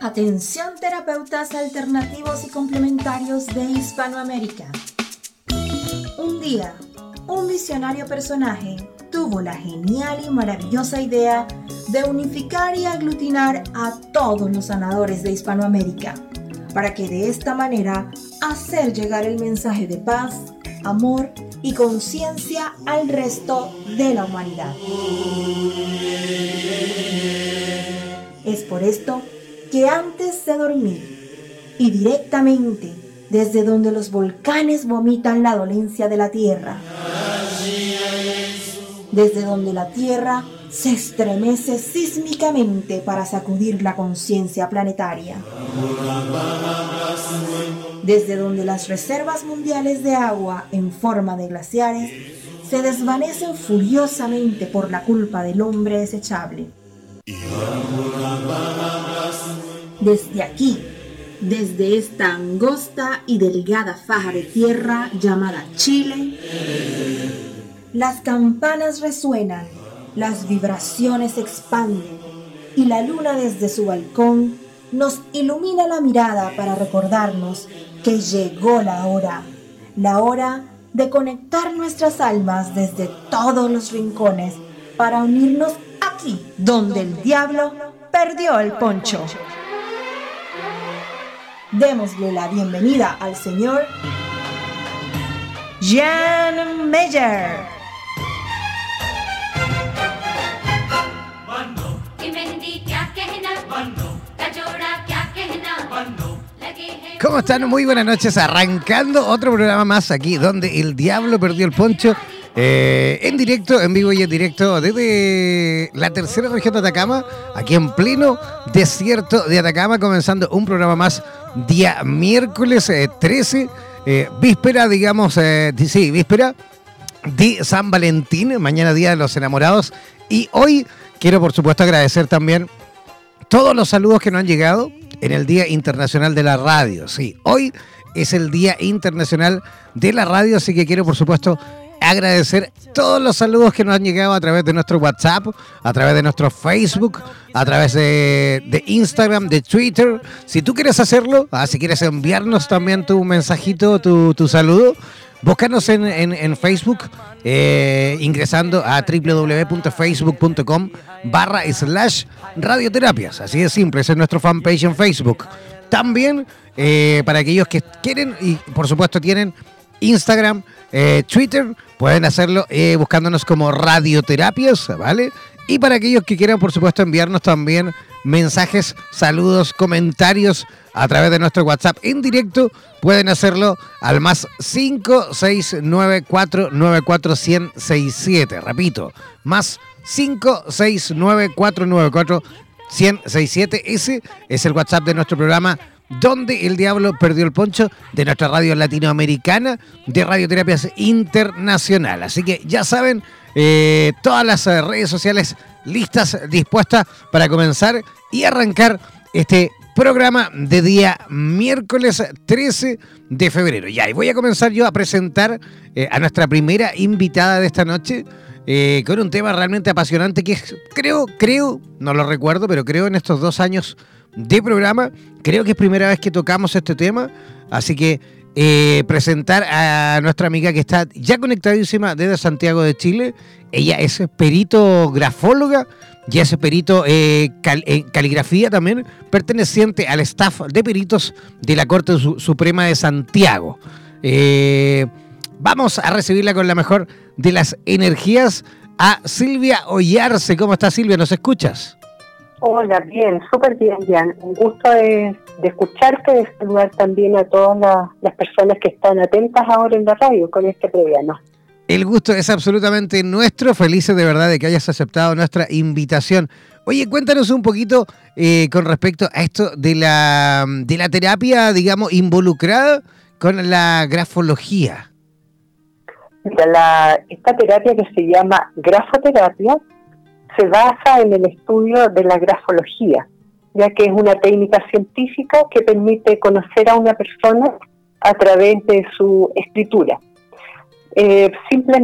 Atención terapeutas alternativos y complementarios de Hispanoamérica. Un día, un visionario personaje tuvo la genial y maravillosa idea de unificar y aglutinar a todos los sanadores de Hispanoamérica, para que de esta manera hacer llegar el mensaje de paz, amor y conciencia al resto de la humanidad. Es por esto que antes de dormir y directamente desde donde los volcanes vomitan la dolencia de la tierra, desde donde la tierra se estremece sísmicamente para sacudir la conciencia planetaria, desde donde las reservas mundiales de agua en forma de glaciares se desvanecen furiosamente por la culpa del hombre desechable. Desde aquí, desde esta angosta y delgada faja de tierra llamada Chile, las campanas resuenan, las vibraciones se expanden y la luna desde su balcón nos ilumina la mirada para recordarnos que llegó la hora de conectar nuestras almas desde todos los rincones para unirnos aquí donde el diablo perdió el poncho. Démosle la bienvenida al señor Jan Meyer. ¿Cómo están? Muy buenas noches, arrancando otro programa más aquí donde el diablo perdió el poncho, en directo, en vivo y en directo desde la tercera región de Atacama, aquí en pleno desierto de Atacama, comenzando un programa más día miércoles 13, víspera, digamos, víspera de San Valentín, mañana día de los enamorados, y hoy quiero por supuesto agradecer también todos los saludos que nos han llegado en el Día Internacional de la Radio. Sí, hoy es el Día Internacional de la Radio, así que quiero, por supuesto, agradecer todos los saludos que nos han llegado a través de nuestro WhatsApp, a través de nuestro Facebook, a través de Instagram, de Twitter. Si tú quieres hacerlo, si quieres enviarnos también tu mensajito, tu saludo, búscanos en Facebook, ingresando a www.facebook.com/radioterapias. Así de simple, ese es nuestro fanpage en Facebook. También para aquellos que quieren y por supuesto tienen Instagram, Twitter, pueden hacerlo buscándonos como Radioterapias, ¿vale? Y para aquellos que quieran, por supuesto, enviarnos también mensajes, saludos, comentarios a través de nuestro WhatsApp en directo, pueden hacerlo al más 569494167. Repito, más 569494167. Ese es el WhatsApp de nuestro programa Donde el Diablo Perdió el Poncho, de nuestra radio latinoamericana de Radioterapias Internacional. Así que ya saben, todas las redes sociales listas, dispuestas para comenzar y arrancar este programa de día miércoles 13 de febrero. Ya, y voy a comenzar yo a presentar a nuestra primera invitada de esta noche, con un tema realmente apasionante que es, creo, no lo recuerdo, pero creo en estos 2 años de programa, creo que es primera vez que tocamos este tema, así que presentar a nuestra amiga que está ya conectadísima desde Santiago de Chile. Ella es perito grafóloga y es perito en caligrafía también, perteneciente al staff de peritos de la Corte Suprema de Santiago. Vamos a recibirla con la mejor de las energías a Silvia Ollarse. ¿Cómo estás, Silvia? ¿Nos escuchas? Hola, bien, súper bien, Jan. Un gusto de escucharte, de saludar también a todas las personas que están atentas ahora en la radio con este programa. El gusto es absolutamente nuestro, felices de verdad de que hayas aceptado nuestra invitación. Oye, cuéntanos un poquito con respecto a esto de la terapia, digamos, involucrada con la grafología. Mira, esta terapia que se llama grafoterapia se basa en el estudio de la grafología, ya que es una técnica científica que permite conocer a una persona a través de su escritura.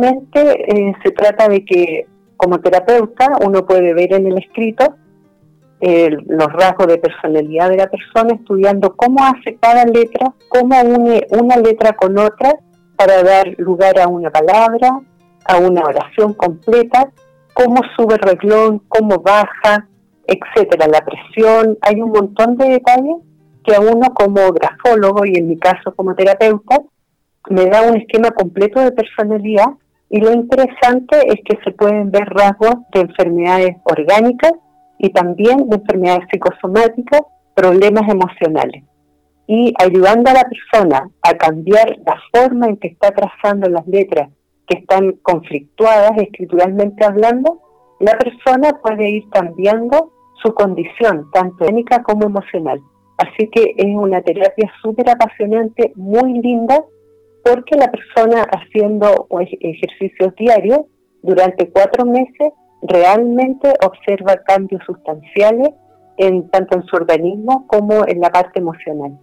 Simplemente se trata de que como terapeuta uno puede ver en el escrito los rasgos de personalidad de la persona, estudiando cómo hace cada letra, cómo une una letra con otra para dar lugar a una palabra, a una oración completa, cómo sube el renglón, cómo baja, etcétera, la presión. Hay un montón de detalles que a uno como grafólogo, y en mi caso como terapeuta, me da un esquema completo de personalidad, y lo interesante es que se pueden ver rasgos de enfermedades orgánicas y también de enfermedades psicosomáticas, problemas emocionales. Y ayudando a la persona a cambiar la forma en que está trazando las letras que están conflictuadas escrituralmente hablando, la persona puede ir cambiando su condición, tanto orgánica como emocional. Así que es una terapia súper apasionante, muy linda, porque la persona haciendo ejercicios diarios durante 4 meses realmente observa cambios sustanciales tanto en su organismo como en la parte emocional.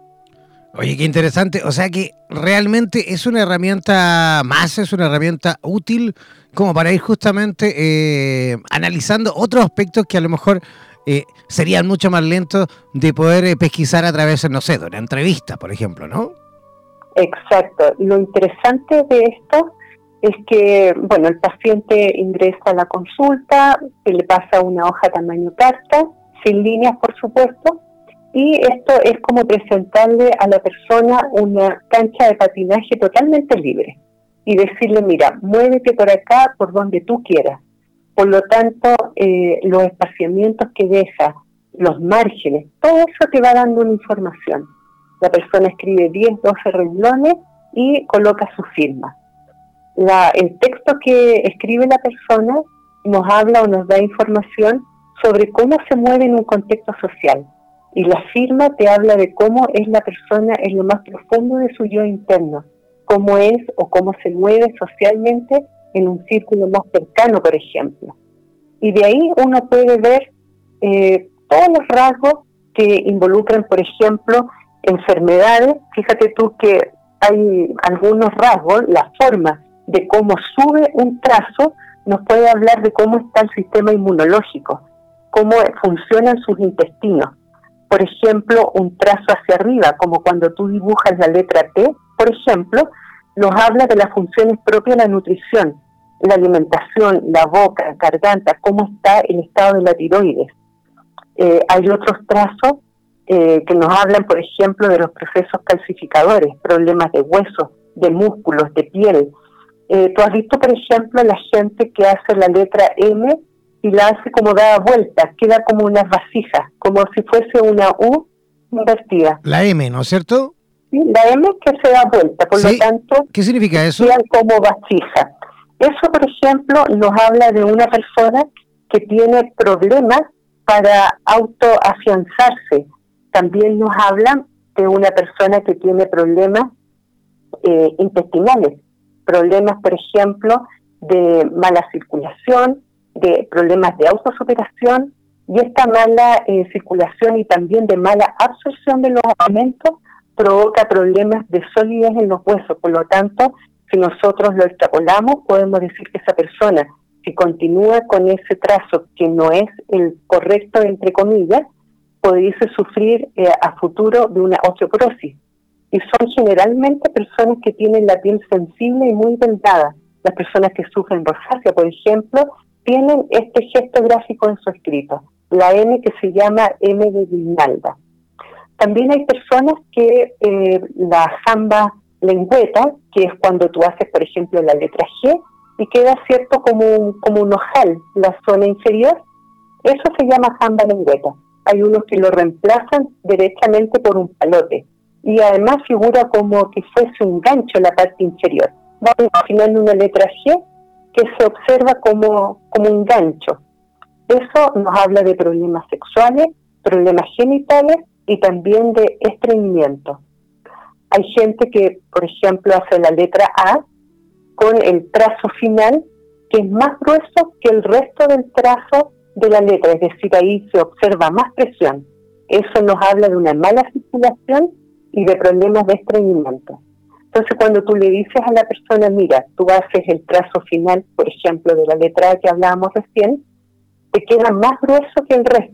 Oye, qué interesante. O sea que realmente es una herramienta más, es una herramienta útil como para ir justamente analizando otros aspectos que a lo mejor serían mucho más lentos de poder pesquisar a través, no sé, de una entrevista, por ejemplo, ¿no? Exacto. Lo interesante de esto es que, bueno, el paciente ingresa a la consulta, se le pasa una hoja tamaño carta, sin líneas, por supuesto, y esto es como presentarle a la persona una cancha de patinaje totalmente libre y decirle, mira, muévete por acá, por donde tú quieras. Por lo tanto, los espaciamientos que deja, los márgenes, todo eso te va dando una información. La persona escribe 10, 12 renglones y coloca su firma. El texto que escribe la persona nos habla o nos da información sobre cómo se mueve en un contexto social. Y la firma te habla de cómo es la persona en lo más profundo de su yo interno, cómo es o cómo se mueve socialmente en un círculo más cercano, por ejemplo. Y de ahí uno puede ver todos los rasgos que involucran, por ejemplo, enfermedades. Fíjate tú que hay algunos rasgos, la forma de cómo sube un trazo nos puede hablar de cómo está el sistema inmunológico, cómo funcionan sus intestinos. Por ejemplo, un trazo hacia arriba, como cuando tú dibujas la letra T, por ejemplo, nos habla de las funciones propias de la nutrición, la alimentación, la boca, garganta, cómo está el estado de la tiroides. Hay otros trazos que nos hablan, por ejemplo, de los procesos calcificadores, problemas de huesos, de músculos, de piel. Tú has visto, por ejemplo, la gente que hace la letra M y la hace como dada vuelta, queda como unas vasijas, como si fuese una U invertida. La M, ¿no es cierto? Sí, la M que se da vuelta, por ¿Sí? Lo tanto, ¿Qué significa eso? quedan como vasijas. Eso, por ejemplo, nos habla de una persona que tiene problemas para autoafianzarse. También nos habla de una persona que tiene problemas intestinales, problemas, por ejemplo, de mala circulación, de problemas de autosuperación, y esta mala circulación y también de mala absorción de los alimentos provoca problemas de solidez en los huesos. Por lo tanto, si nosotros lo extrapolamos, podemos decir que esa persona, si continúa con ese trazo que no es el correcto, entre comillas, pudiese sufrir a futuro de una osteoporosis. Y son generalmente personas que tienen la piel sensible y muy delgada. Las personas que sufren rosácea, por ejemplo, tienen este gesto gráfico en su escrito, la M que se llama M de guirnalda. También hay personas que la jamba lengüeta, que es cuando tú haces, por ejemplo, la letra G, y queda cierto como un ojal, la zona inferior, eso se llama jamba lengüeta. Hay unos que lo reemplazan derechamente por un palote, y además figura como que fuese un gancho en la parte inferior. Vamos a imaginar una letra G que se observa como un gancho. Eso nos habla de problemas sexuales, problemas genitales y también de estreñimiento. Hay gente que, por ejemplo, hace la letra A con el trazo final que es más grueso que el resto del trazo de la letra, es decir, ahí se observa más presión. Eso nos habla de una mala circulación y de problemas de estreñimiento. Entonces, cuando tú le dices a la persona, mira, tú haces el trazo final, por ejemplo, de la letra A que hablábamos recién, te queda más grueso que el resto.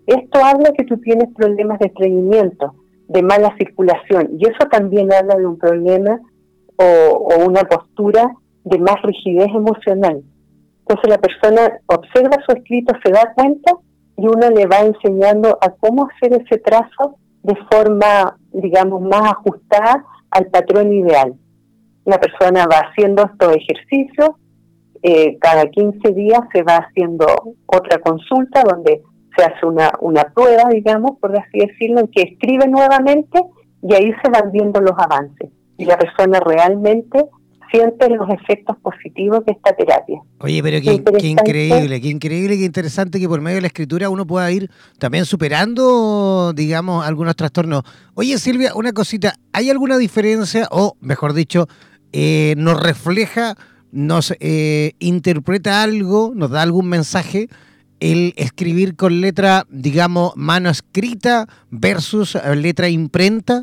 esto habla que tú tienes problemas de estreñimiento, de mala circulación, y eso también habla de un problema o una postura de más rigidez emocional. Entonces la persona observa su escrito, se da cuenta y uno le va enseñando a cómo hacer ese trazo de forma, digamos, más ajustada al patrón ideal. La persona va haciendo estos ejercicios, cada 15 días se va haciendo otra consulta donde se hace una prueba, digamos, por así decirlo, en que escribe nuevamente y ahí se van viendo los avances. Y la persona realmente siente los efectos positivos de esta terapia. Oye, pero qué increíble, qué interesante que por medio de la escritura uno pueda ir también superando, digamos, algunos trastornos. Oye, Silvia, una cosita, ¿hay alguna diferencia, o mejor dicho, nos refleja, nos interpreta algo, nos da algún mensaje, el escribir con letra, digamos, mano escrita versus letra imprenta?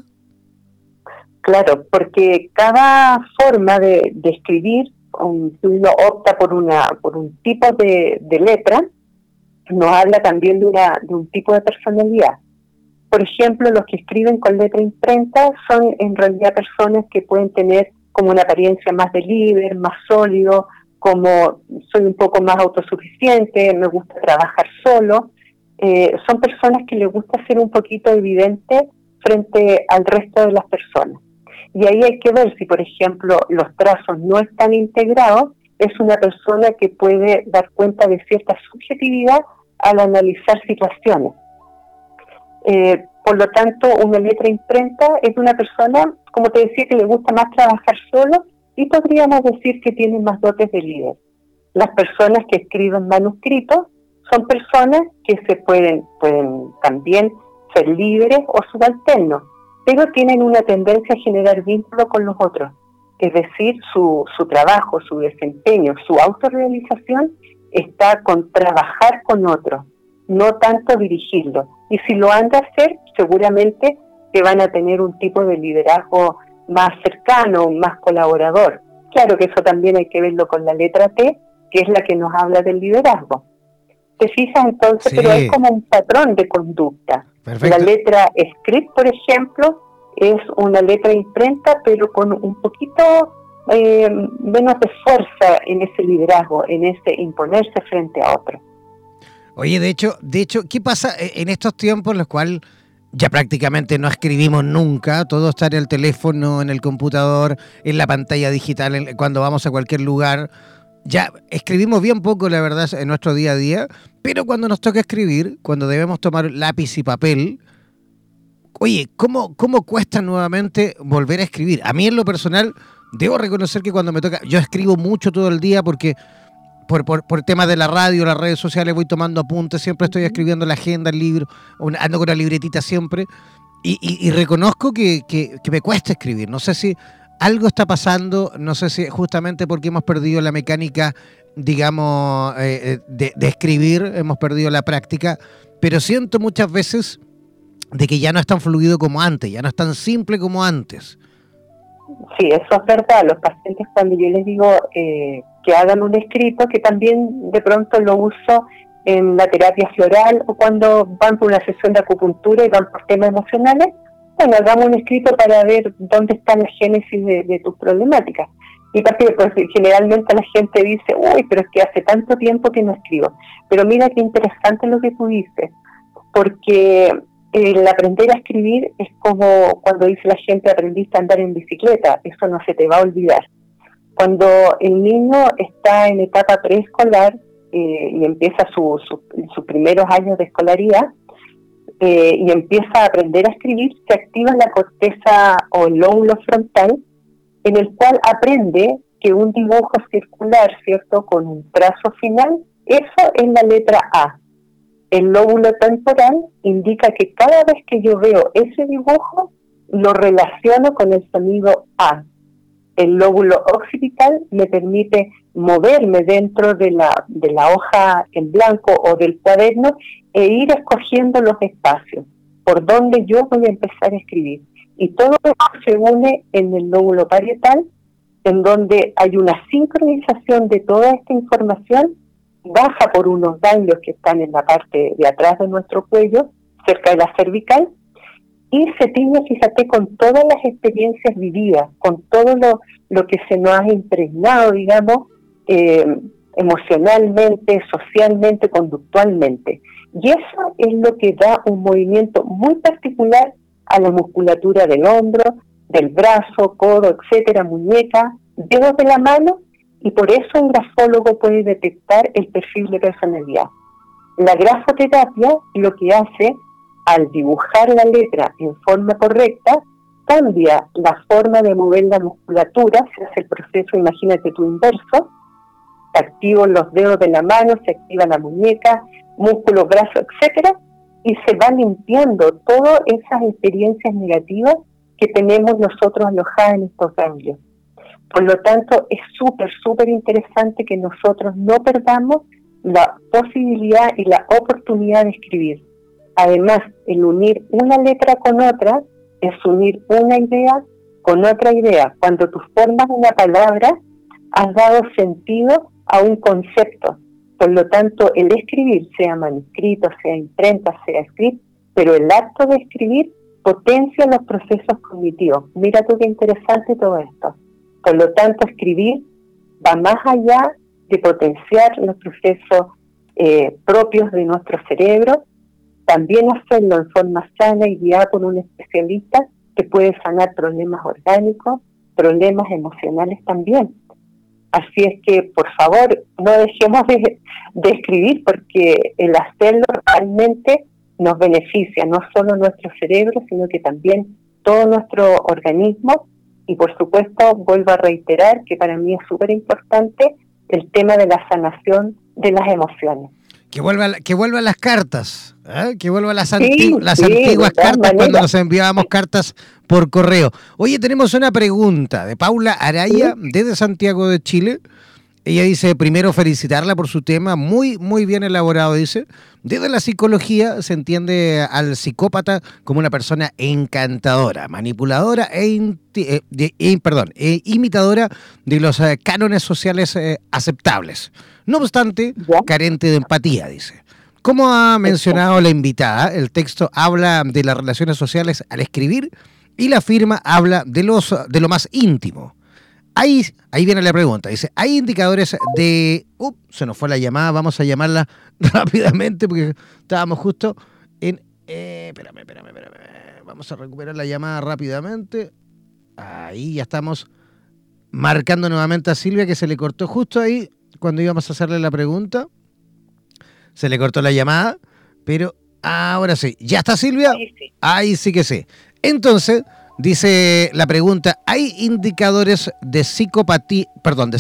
Claro, porque cada forma de escribir, si uno opta por un tipo de letra, nos habla también de un tipo de personalidad. Por ejemplo, los que escriben con letra imprenta son en realidad personas que pueden tener como una apariencia más de líder, más sólido, como soy un poco más autosuficiente, me gusta trabajar solo. Son personas que les gusta ser un poquito evidente frente al resto de las personas. Y ahí hay que ver si, por ejemplo, los trazos no están integrados, es una persona que puede dar cuenta de cierta subjetividad al analizar situaciones. Por lo tanto, una letra imprenta es una persona, como te decía, que le gusta más trabajar solo y podríamos decir que tiene más dotes de líder. Las personas que escriben manuscritos son personas que se pueden también ser líderes o subalternos, pero tienen una tendencia a generar vínculo con los otros. Es decir, su trabajo, su desempeño, su autorrealización está con trabajar con otros, no tanto dirigirlo. Y si lo han de hacer, seguramente que van a tener un tipo de liderazgo más cercano, más colaborador. Claro que eso también hay que verlo con la letra T, que es la que nos habla del liderazgo. ¿Te fijas entonces? Sí. Pero es como un patrón de conducta. Perfecto. La letra script, por ejemplo, es una letra imprenta, pero con un poquito menos de fuerza en ese liderazgo, en ese imponerse frente a otro. Oye, de hecho, ¿qué pasa en estos tiempos en los cuales ya prácticamente no escribimos nunca? Todo está en el teléfono, en el computador, en la pantalla digital, cuando vamos a cualquier lugar. Ya escribimos bien poco, la verdad, en nuestro día a día, pero cuando nos toca escribir, cuando debemos tomar lápiz y papel, oye, ¿cómo cuesta nuevamente volver a escribir? A mí en lo personal, debo reconocer que cuando me toca, yo escribo mucho todo el día porque por temas de la radio, las redes sociales, voy tomando apuntes, siempre estoy escribiendo la agenda, el libro, ando con la libretita siempre, y reconozco que me cuesta escribir. No sé si algo está pasando, no sé si justamente porque hemos perdido la mecánica, digamos, de escribir, hemos perdido la práctica, pero siento muchas veces de que ya no es tan fluido como antes, ya no es tan simple como antes. Sí, eso es verdad. Los pacientes, cuando yo les digo que hagan un escrito, que también de pronto lo uso en la terapia floral o cuando van por una sesión de acupuntura y van por temas emocionales, bueno, hagamos un escrito para ver dónde está la génesis de tus problemáticas. Y pues, generalmente la gente dice, uy, pero es que hace tanto tiempo que no escribo. Pero mira qué interesante lo que tú dices, porque el aprender a escribir es como cuando dice la gente, aprendiste a andar en bicicleta, eso no se te va a olvidar. Cuando el niño está en etapa preescolar y empieza sus primeros años de escolaridad, y empieza a aprender a escribir, se activa la corteza o el lóbulo frontal, en el cual aprende que un dibujo circular, ¿cierto?, con un trazo final, eso es la letra A. El lóbulo temporal indica que cada vez que yo veo ese dibujo, lo relaciono con el sonido A. El lóbulo occipital me permite moverme dentro de la hoja en blanco o del cuaderno e ir escogiendo los espacios por donde yo voy a empezar a escribir. Y todo eso se une en el lóbulo parietal, en donde hay una sincronización de toda esta información baja por unos ganglios que están en la parte de atrás de nuestro cuello, cerca de la cervical, y se tiñe, fíjate, con todas las experiencias vividas, con todo lo que se nos ha impregnado, digamos, emocionalmente, socialmente, conductualmente. Y eso es lo que da un movimiento muy particular a la musculatura del hombro, del brazo, codo, etcétera, muñeca, dedos de la mano, y por eso un grafólogo puede detectar el perfil de personalidad. La grafoterapia lo que hace, al dibujar la letra en forma correcta, cambia la forma de mover la musculatura, se hace el proceso, imagínate tu inverso, se activan los dedos de la mano, se activa la muñeca, músculos, brazos, etcétera, y se va limpiando todas esas experiencias negativas que tenemos nosotros alojadas en estos ganglios. Por lo tanto, es súper interesante que nosotros no perdamos la posibilidad y la oportunidad de escribir. Además, el unir una letra con otra es unir una idea con otra idea. Cuando tú formas una palabra, has dado sentido a un concepto. Por lo tanto, el escribir, sea manuscrito, sea imprenta, sea script, pero el acto de escribir potencia los procesos cognitivos. Mira tú qué interesante todo esto. Por lo tanto, escribir va más allá de potenciar los procesos propios de nuestro cerebro, también hacerlo en forma sana y guiada por un especialista que puede sanar problemas orgánicos, problemas emocionales también. Así es que, por favor, no dejemos de escribir, porque el hacerlo realmente nos beneficia, no solo nuestro cerebro, sino que también todo nuestro organismo. Y por supuesto, vuelvo a reiterar que para mí es súper importante el tema de la sanación de las emociones. Que vuelvan las cartas, ¿eh? Que vuelvan las antiguas cartas cuando nos enviábamos cartas por correo. Oye, tenemos una pregunta de Paula Araya, desde Santiago de Chile. Ella dice, primero felicitarla por su tema, muy bien elaborado, dice. Desde la psicología se entiende al psicópata como una persona encantadora, manipuladora imitadora de los cánones sociales aceptables. No obstante, carente de empatía, dice. Como ha mencionado la invitada, el texto habla de las relaciones sociales al escribir y la firma habla de lo más íntimo. Ahí viene la pregunta. Dice, ¿hay indicadores de... se nos fue la llamada, vamos a llamarla rápidamente porque estábamos justo en... Espérame. Vamos a recuperar la llamada rápidamente. Ahí ya estamos marcando nuevamente a Silvia, que se le cortó justo ahí cuando íbamos a hacerle la pregunta. Se le cortó la llamada, pero ahora sí. ¿Ya está, Silvia? Sí. Ahí sí que sí. Entonces... dice la pregunta, ¿hay indicadores de psicopatía,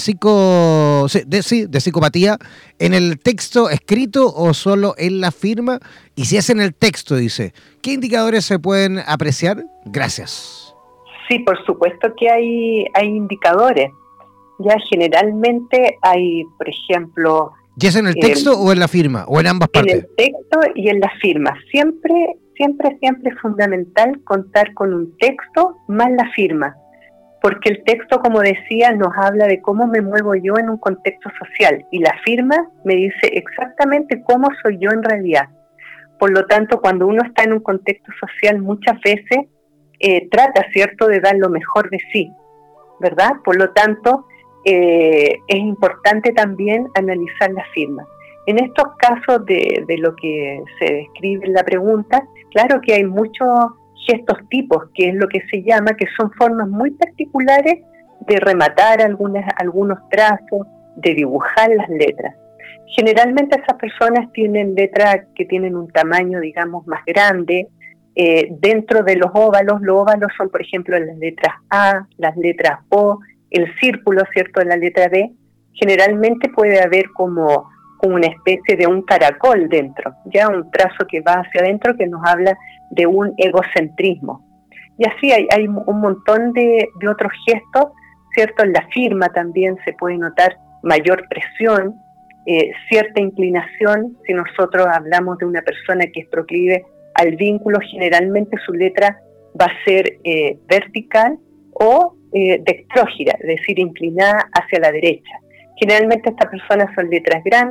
de psicopatía en el texto escrito o solo en la firma? Y si es en el texto, dice, ¿qué indicadores se pueden apreciar? Gracias. Sí, por supuesto que hay indicadores. Ya generalmente hay, por ejemplo... ¿Ya es en el texto o en la firma? ¿O en ambas partes? En el texto y en la firma. Siempre es fundamental contar con un texto más la firma, porque el texto, como decía, nos habla de cómo me muevo yo en un contexto social, y la firma me dice exactamente cómo soy yo en realidad. Por lo tanto, cuando uno está en un contexto social, muchas veces trata, ¿cierto?, de dar lo mejor de sí, ¿verdad? Por lo tanto, es importante también analizar la firma. En estos casos de lo que se describe en la pregunta, claro que hay muchos gestos tipos, que es lo que se llama, que son formas muy particulares de rematar algunos trazos, de dibujar las letras. Generalmente esas personas tienen letras que tienen un tamaño, digamos, más grande. Dentro de los óvalos son, por ejemplo, las letras A, las letras O, el círculo, ¿cierto?, de la letra D. Generalmente puede haber como una especie de un caracol dentro, ya un trazo que va hacia adentro, que nos habla de un egocentrismo. Y así hay un montón de otros gestos, ¿cierto? En la firma también se puede notar mayor presión, cierta inclinación. Si nosotros hablamos de una persona que es proclive al vínculo, generalmente su letra va a ser vertical o dextrógira, es decir, inclinada hacia la derecha. Generalmente estas personas son letras grandes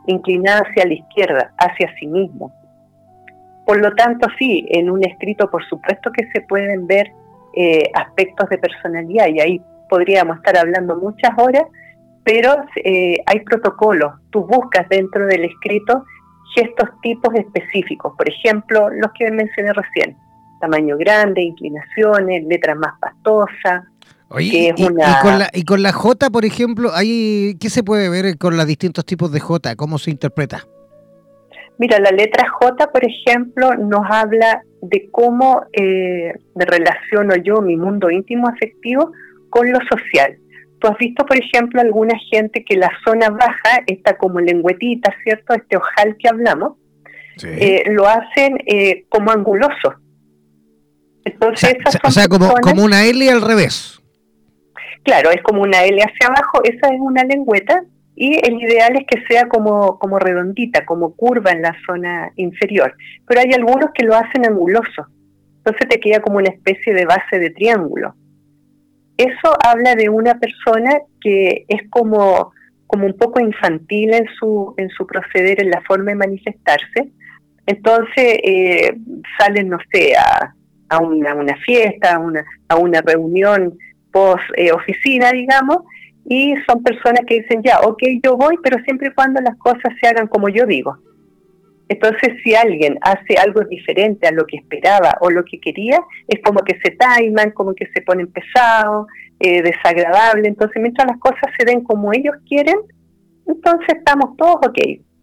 inclinada hacia la izquierda, hacia sí mismo. Por lo tanto, sí, en un escrito por supuesto que se pueden ver aspectos de personalidad, y ahí podríamos estar hablando muchas horas, pero hay protocolos. Tú buscas dentro del escrito gestos tipos específicos, por ejemplo, los que mencioné recién: tamaño grande, inclinaciones, letras más pastosas. Oye, y con la J, por ejemplo, ¿qué se puede ver con los distintos tipos de J? ¿Cómo se interpreta? Mira, la letra J, por ejemplo, nos habla de cómo me relaciono yo, mi mundo íntimo afectivo, con lo social. Tú has visto, por ejemplo, alguna gente que la zona baja está como lengüetita, ¿cierto? Este ojal que hablamos, sí. Lo hacen como anguloso. Entonces, como una L al revés. Claro, es como una L hacia abajo, esa es una lengüeta, y el ideal es que sea como redondita, como curva en la zona inferior. Pero hay algunos que lo hacen anguloso, entonces te queda como una especie de base de triángulo. Eso habla de una persona que es como un poco infantil en su proceder, en la forma de manifestarse. Entonces salen, no sé, a una fiesta, a una reunión post oficina, digamos, y son personas que dicen, ya, ok, yo voy, pero siempre y cuando las cosas se hagan como yo digo. Entonces, si alguien hace algo diferente a lo que esperaba o lo que quería, es como que se taiman, como que se ponen pesados, desagradable. Entonces, mientras las cosas se den como ellos quieren, entonces estamos todos ok.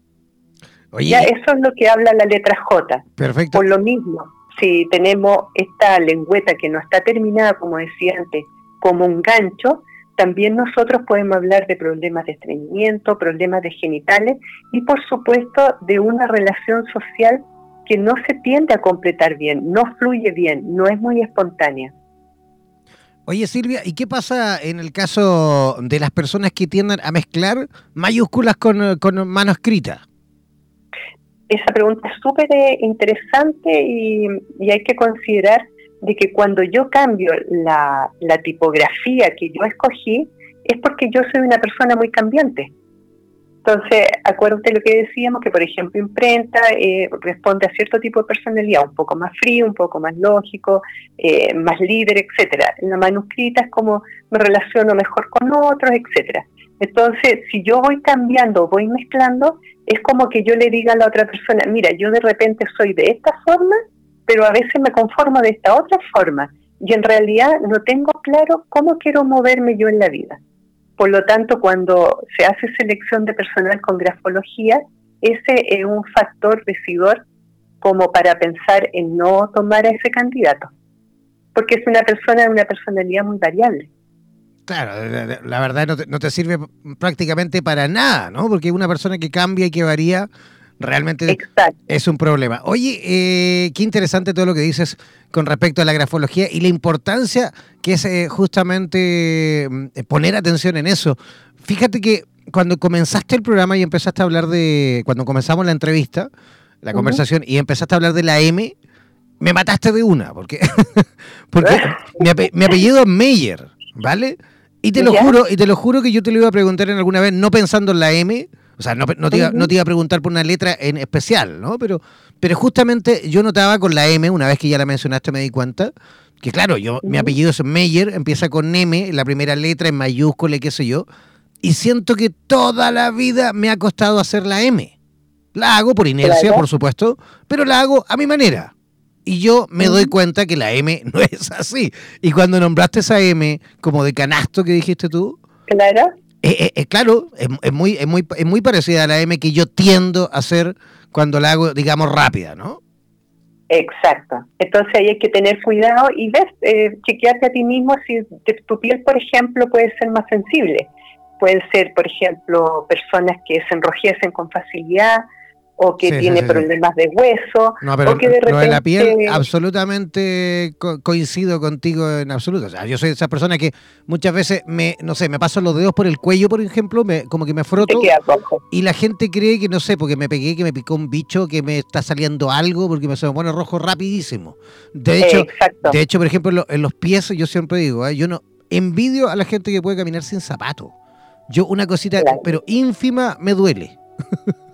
Oye, ya eso es lo que habla la letra J. Perfecto. Por lo mismo, si tenemos esta lengüeta que no está terminada, como decía antes, como un gancho, también nosotros podemos hablar de problemas de estreñimiento, problemas de genitales y, por supuesto, de una relación social que no se tiende a completar bien, no fluye bien, no es muy espontánea. Oye, Silvia, ¿y qué pasa en el caso de las personas que tienden a mezclar mayúsculas con manuscritas? Esa pregunta es súper interesante y hay que considerar de que cuando yo cambio la tipografía que yo escogí, es porque yo soy una persona muy cambiante. Entonces, acuérdate lo que decíamos, que por ejemplo imprenta responde a cierto tipo de personalidad, un poco más frío, un poco más lógico, más líder, etcétera. En la manuscrita es como me relaciono mejor con otros, etcétera. Entonces, si yo voy cambiando, voy mezclando, es como que yo le diga a la otra persona, mira, yo de repente soy de esta forma, pero a veces me conformo de esta otra forma, y en realidad no tengo claro cómo quiero moverme yo en la vida. Por lo tanto, cuando se hace selección de personal con grafología, ese es un factor decidor como para pensar en no tomar a ese candidato, porque es una persona de una personalidad muy variable. Claro, la verdad no te sirve prácticamente para nada, ¿no? Porque una persona que cambia y que varía realmente Exacto. Es un problema. Oye, qué interesante todo lo que dices con respecto a la grafología y la importancia que es justamente poner atención en eso. Fíjate que cuando comenzaste el programa y empezaste a hablar cuando comenzamos la entrevista, la conversación, y empezaste a hablar de la M, me mataste de una, porque mi apellido es Meyer, ¿vale? Y te lo juro que yo te lo iba a preguntar en alguna vez, no pensando en la M. O sea, no te iba a preguntar por una letra en especial, ¿no? Pero justamente yo notaba con la M, una vez que ya la mencionaste me di cuenta, que claro, mi apellido es Meyer, empieza con M, la primera letra en mayúscula y qué sé yo, y siento que toda la vida me ha costado hacer la M. La hago por inercia, claro, por supuesto, pero la hago a mi manera. Y yo me doy cuenta que la M no es así. Y cuando nombraste esa M como de canasto que dijiste tú, claro, claro, es muy parecida a la M que yo tiendo a hacer cuando la hago, digamos, rápida, ¿no? Exacto. Entonces ahí hay que tener cuidado y chequearte a ti mismo si tu piel, por ejemplo, puede ser más sensible. Pueden ser, por ejemplo, personas que se enrojecen con facilidad o que tiene problemas de hueso, no, pero o que de repente... Lo de la piel, absolutamente coincido contigo en absoluto. O sea, yo soy esa persona que muchas veces me paso los dedos por el cuello, por ejemplo, como que me froto, y la gente cree que, no sé, porque me picó un bicho, que me está saliendo algo, porque se me pone rojo rapidísimo. De hecho, por ejemplo, en los pies, yo siempre digo, yo no envidio a la gente que puede caminar sin zapatos. Yo una cosita, claro, pero ínfima, me duele.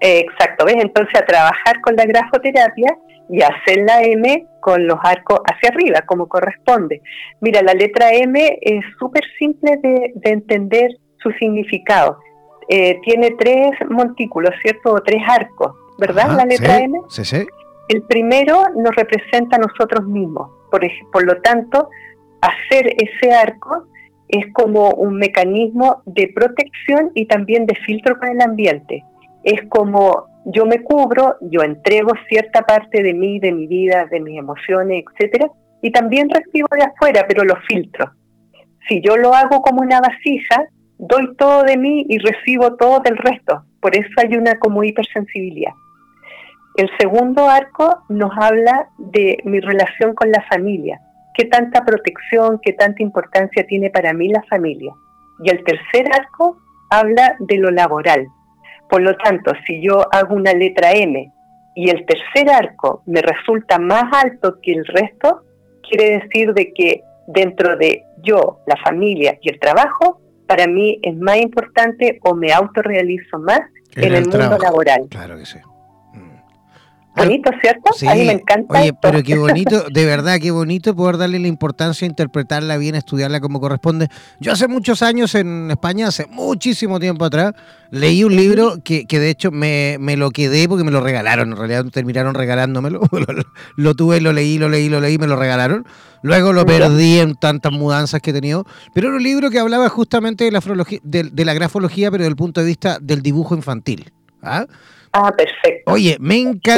Exacto, ¿ves? Entonces a trabajar con la grafoterapia y hacer la M con los arcos hacia arriba, como corresponde. Mira, la letra M es súper simple de entender su significado. Tiene 3 montículos, ¿cierto? O 3 arcos, ¿verdad? Ajá, la letra sí, M. Sí. El primero nos representa a nosotros mismos. Por lo tanto, hacer ese arco es como un mecanismo de protección y también de filtro con el ambiente. Es como yo me cubro, yo entrego cierta parte de mí, de mi vida, de mis emociones, etcétera, y también recibo de afuera, pero lo filtro. Si yo lo hago como una vasija, doy todo de mí y recibo todo del resto. Por eso hay una como hipersensibilidad. El segundo arco nos habla de mi relación con la familia. Qué tanta protección, qué tanta importancia tiene para mí la familia. Y el tercer arco habla de lo laboral. Por lo tanto, si yo hago una letra M y el tercer arco me resulta más alto que el resto, quiere decir de que dentro de yo, la familia y el trabajo, para mí es más importante o me autorrealizo más en el mundo laboral. Claro que sí. Bonito, ¿cierto? Sí. A mí me encanta. Oye, esto. pero qué bonito, de verdad, qué bonito poder darle la importancia, interpretarla bien, estudiarla como corresponde. Yo hace muchos años en España, hace muchísimo tiempo atrás, leí un libro que de hecho me lo quedé porque me lo regalaron. En realidad terminaron regalándomelo. Lo tuve, lo leí, me lo regalaron. Luego lo perdí en tantas mudanzas que he tenido. Pero era un libro que hablaba justamente de la grafología, pero desde el punto de vista del dibujo infantil. ¿Ah? Perfecto. Oye, me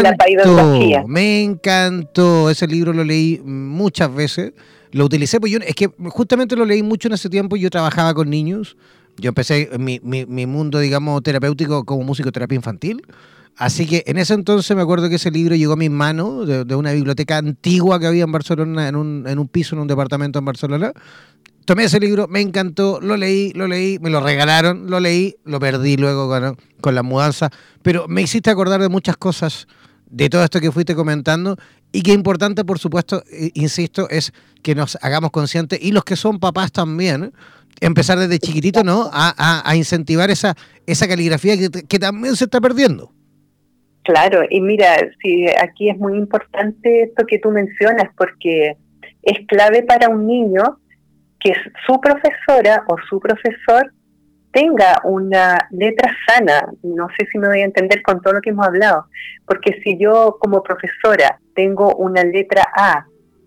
encantó. Ese libro lo leí muchas veces. Lo utilicé, pues es que justamente lo leí mucho en ese tiempo. Yo trabajaba con niños. Yo empecé mi mundo, digamos, terapéutico como musicoterapia infantil. Así que en ese entonces me acuerdo que ese libro llegó a mis manos de una biblioteca antigua que había en Barcelona, en un piso, en un departamento en Barcelona. Tomé ese libro, me encantó, lo leí, me lo regalaron, lo leí, lo perdí luego con la mudanza, pero me hiciste acordar de muchas cosas, de todo esto que fuiste comentando, y que importante, por supuesto, insisto, es que nos hagamos conscientes, y los que son papás también, empezar desde chiquitito, ¿no? A incentivar esa caligrafía que también se está perdiendo. Claro, y mira, sí, aquí es muy importante esto que tú mencionas, porque es clave para un niño que su profesora o su profesor tenga una letra sana. No sé si me voy a entender con todo lo que hemos hablado, porque si yo como profesora tengo una letra A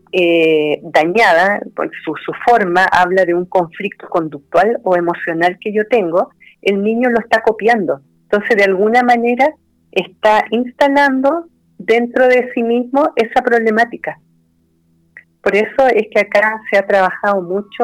dañada, pues su forma habla de un conflicto conductual o emocional que yo tengo, el niño lo está copiando. Entonces, de alguna manera, está instalando dentro de sí mismo esa problemática. Por eso es que acá se ha trabajado mucho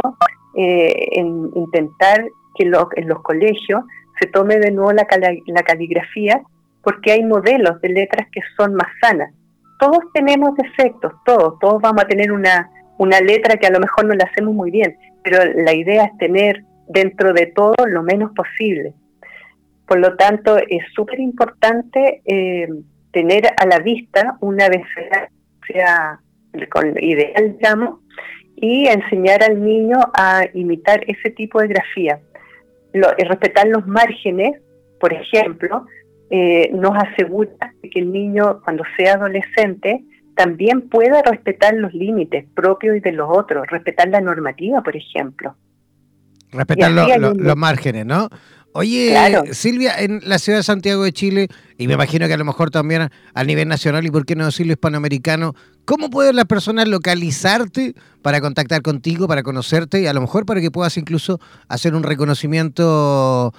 en intentar que en los colegios se tome de nuevo la caligrafía, porque hay modelos de letras que son más sanas. Todos tenemos defectos, todos vamos a tener una letra que a lo mejor no la hacemos muy bien, pero la idea es tener dentro de todo lo menos posible. Por lo tanto, es súper importante tener a la vista una abecedario, sea ideal, digamos, y enseñar al niño a imitar ese tipo de grafía. Respetar los márgenes, por ejemplo, nos asegura que el niño, cuando sea adolescente, también pueda respetar los límites propios y de los otros, respetar la normativa, por ejemplo. Respetar los márgenes, ¿no? Oye, claro. Silvia, en la ciudad de Santiago de Chile, y me imagino que a lo mejor también a nivel nacional y por qué no decirlo hispanoamericano, ¿cómo pueden las personas localizarte para contactar contigo, para conocerte y a lo mejor para que puedas incluso hacer un reconocimiento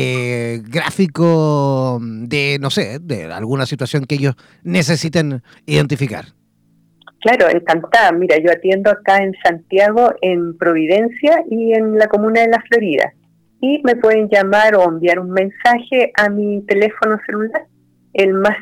gráfico de, no sé, de alguna situación que ellos necesiten identificar? Claro, encantada. Mira, yo atiendo acá en Santiago, en Providencia y en la comuna de La Florida. Y me pueden llamar o enviar un mensaje a mi teléfono celular, el más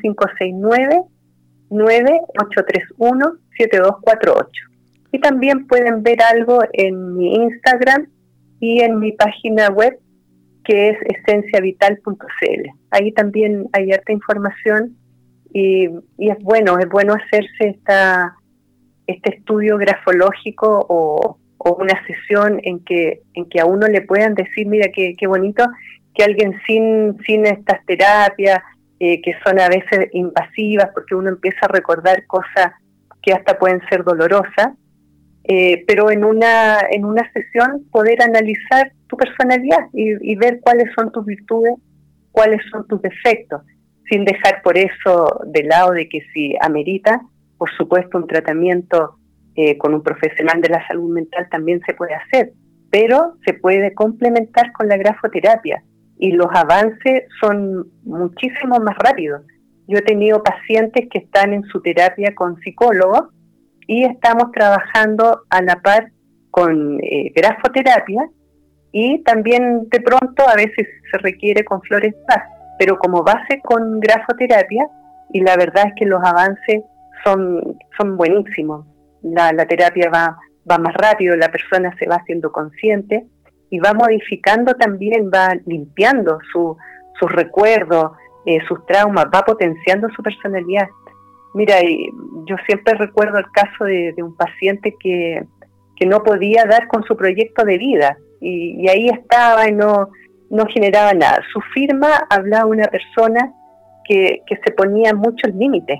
569-9831-7248. Y también pueden ver algo en mi Instagram y en mi página web, que es esenciavital.cl. Ahí también hay harta información y es bueno hacerse este estudio grafológico o una sesión en que a uno le puedan decir, mira, qué bonito que alguien sin estas terapias, que son a veces invasivas porque uno empieza a recordar cosas que hasta pueden ser dolorosas, pero en una sesión poder analizar tu personalidad y ver cuáles son tus virtudes, cuáles son tus defectos, sin dejar por eso de lado de que si amerita, por supuesto, un tratamiento con un profesional de la salud mental también se puede hacer, pero se puede complementar con la grafoterapia y los avances son muchísimo más rápidos. Yo he tenido pacientes que están en su terapia con psicólogos y estamos trabajando a la par con grafoterapia y también de pronto a veces se requiere con flores Bach, pero como base con grafoterapia, y la verdad es que los avances son buenísimos. La terapia va más rápido, la persona se va haciendo consciente y va modificando también, va limpiando sus recuerdos, sus traumas, va potenciando su personalidad. Mira, yo siempre recuerdo el caso de un paciente que no podía dar con su proyecto de vida y ahí estaba y no generaba nada. Su firma hablaba de una persona que se ponía muchos límites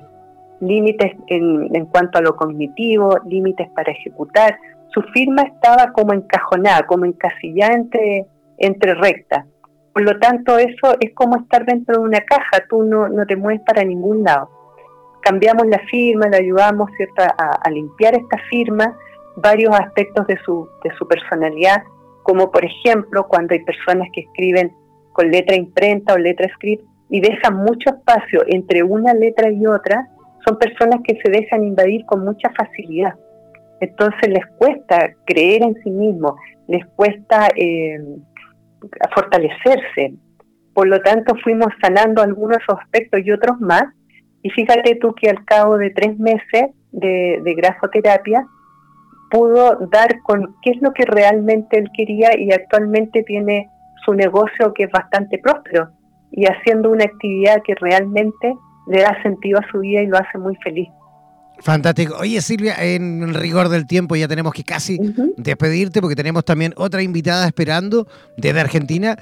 en cuanto a lo cognitivo, límites para ejecutar. Su firma estaba como encajonada, como encasillada entre rectas. Por lo tanto, eso es como estar dentro de una caja, tú no te mueves para ningún lado. Cambiamos la firma, le ayudamos, ¿cierto?, a limpiar esta firma, varios aspectos de su personalidad, como por ejemplo cuando hay personas que escriben con letra imprenta o letra script y dejan mucho espacio entre una letra y otra, son personas que se dejan invadir con mucha facilidad. Entonces les cuesta creer en sí mismos, les cuesta fortalecerse. Por lo tanto, fuimos sanando algunos de esos aspectos y otros más. Y fíjate tú que al cabo de 3 meses de grafoterapia, pudo dar con qué es lo que realmente él quería y actualmente tiene su negocio que es bastante próspero y haciendo una actividad que realmente le da sentido a su vida y lo hace muy feliz. Fantástico. Oye, Silvia, en rigor del tiempo ya tenemos que casi despedirte porque tenemos también otra invitada esperando desde Argentina.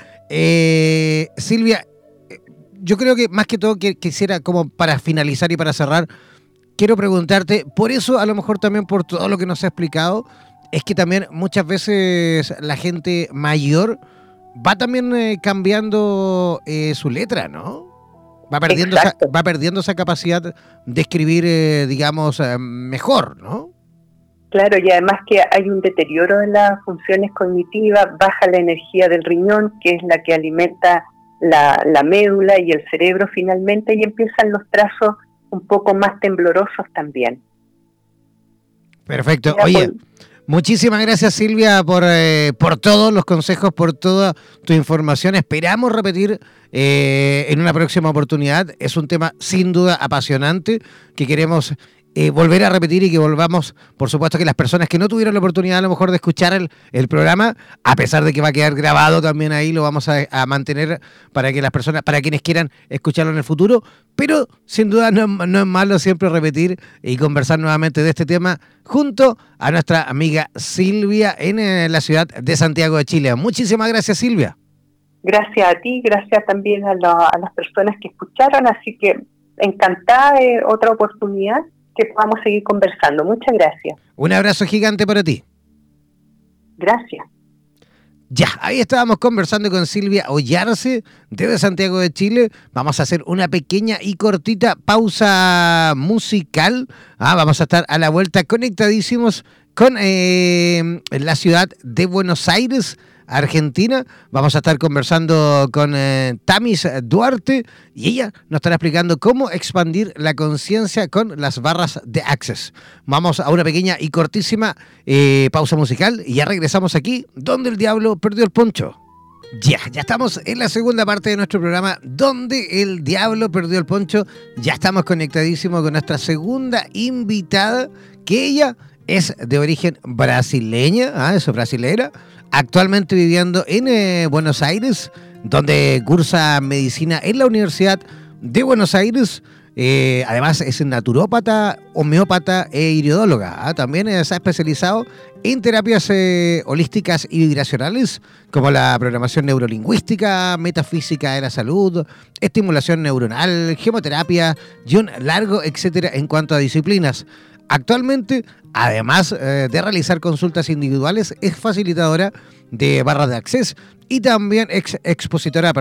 Silvia, yo creo que más que todo quisiera, como para finalizar y para cerrar, quiero preguntarte, por eso a lo mejor también por todo lo que nos ha explicado, es que también muchas veces la gente mayor va también cambiando su letra, ¿no? Va perdiendo esa capacidad de escribir, digamos, mejor, ¿no? Claro, y además que hay un deterioro de las funciones cognitivas, baja la energía del riñón, que es la que alimenta la médula y el cerebro finalmente, y empiezan los trazos un poco más temblorosos también. Perfecto. Oye, muchísimas gracias, Silvia, por todos los consejos, por toda tu información. Esperamos repetir en una próxima oportunidad. Es un tema sin duda apasionante que queremos volver a repetir y que volvamos, por supuesto, que las personas que no tuvieron la oportunidad a lo mejor de escuchar el programa, a pesar de que va a quedar grabado también ahí, lo vamos a mantener para que las personas, para quienes quieran escucharlo en el futuro, pero sin duda no es malo siempre repetir y conversar nuevamente de este tema junto a nuestra amiga Silvia en la ciudad de Santiago de Chile. Muchísimas gracias, Silvia. Gracias a ti, gracias también a las personas que escucharon, así que encantada de otra oportunidad que podamos seguir conversando. Muchas gracias. Un abrazo gigante para ti. Gracias. Ya, ahí estábamos conversando con Silvia Ollarse desde Santiago de Chile. Vamos a hacer una pequeña y cortita pausa musical. Vamos a estar a la vuelta conectadísimos con la ciudad de Buenos Aires, Argentina. Vamos a estar conversando con Tamis Duarte y ella nos estará explicando cómo expandir la conciencia con las barras de Access. Vamos a una pequeña y cortísima pausa musical y ya regresamos aquí donde el diablo perdió el poncho. Ya estamos en la segunda parte de nuestro programa donde el diablo perdió el poncho. Ya estamos conectadísimos con nuestra segunda invitada, que ella es de origen brasileña, es brasilera, actualmente viviendo en Buenos Aires, donde cursa medicina en la Universidad de Buenos Aires. Además es naturópata, homeópata e iridóloga. También se ha especializado en terapias holísticas y vibracionales, como la programación neurolingüística, metafísica de la salud, estimulación neuronal, gemoterapia y un largo etcétera en cuanto a disciplinas. Actualmente, además de realizar consultas individuales, es facilitadora de barras de acceso y también es expositora